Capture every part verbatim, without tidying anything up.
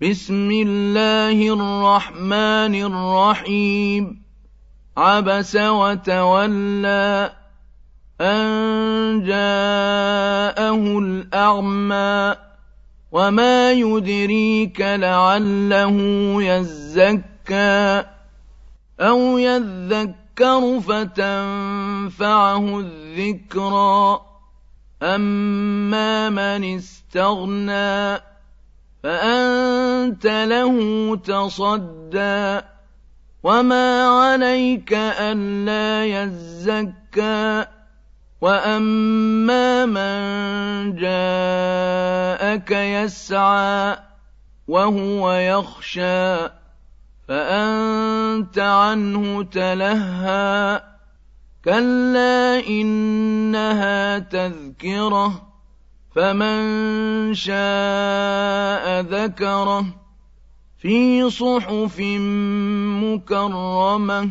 بسم الله الرحمن الرحيم عبس وتولى أن جاءه الأعمى وما يدريك لعله يزكى أو يذكر فتنفعه الذكرى أما من استغنى فأنت له تصدى وما عليك ألا يزكى وأما من جاءك يسعى وهو يخشى فأنت عنه تلهى كلا إنها تذكرة فمن شاء ذكره في صحف مكرمة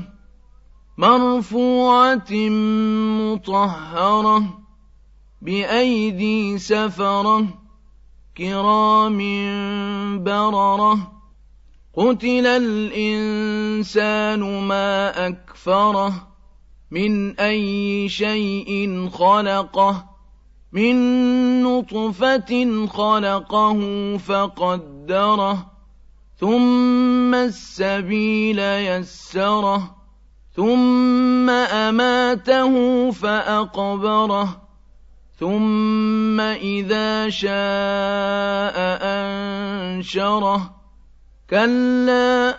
مرفوعة مطهرة بأيدي سفرة كرام بررة قتل الإنسان ما أكفره من أي شيء خلقه من نطفة خلقه فقدره ثم السبيل يسره ثم أماته فأقبره ثم إذا شاء أنشره كلا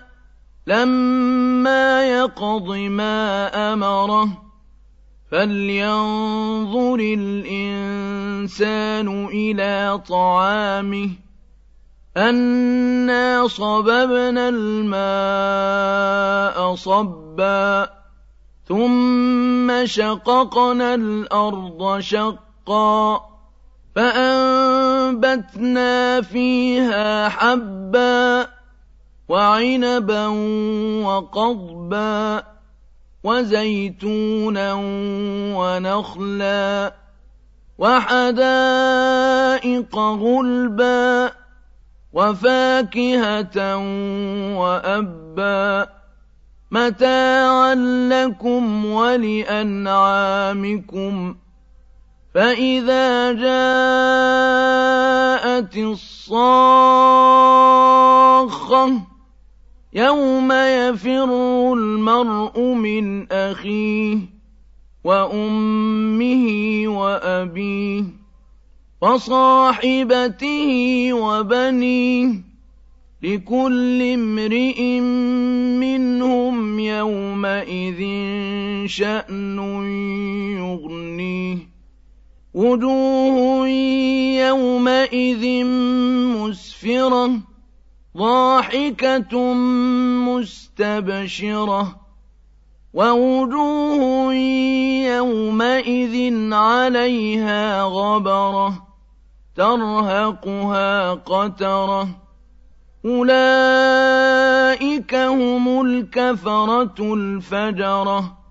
لما يقض ما أمره فلينظر الإنسان إلى طعامه أنا صببنا الماء صبا ثم شققنا الأرض شقا فأنبتنا فيها حبا وعنبا وقضبا وزيتونا ونخلا وحدائق غلبا وفاكهة وأبا متاعا لكم ولأنعامكم فإذا جاءت الصاخة يوم يفر المرء من أخيه وأمه وأبيه وصاحبته وبنيه لكل امرئ منهم يومئذ شأن يغنيه وجوه يومئذ مسفرة ضاحكة مستبشرة ووجوه يومئذ عليها غبرة ترهقها قترة أولئك هم الكفرة الفجرة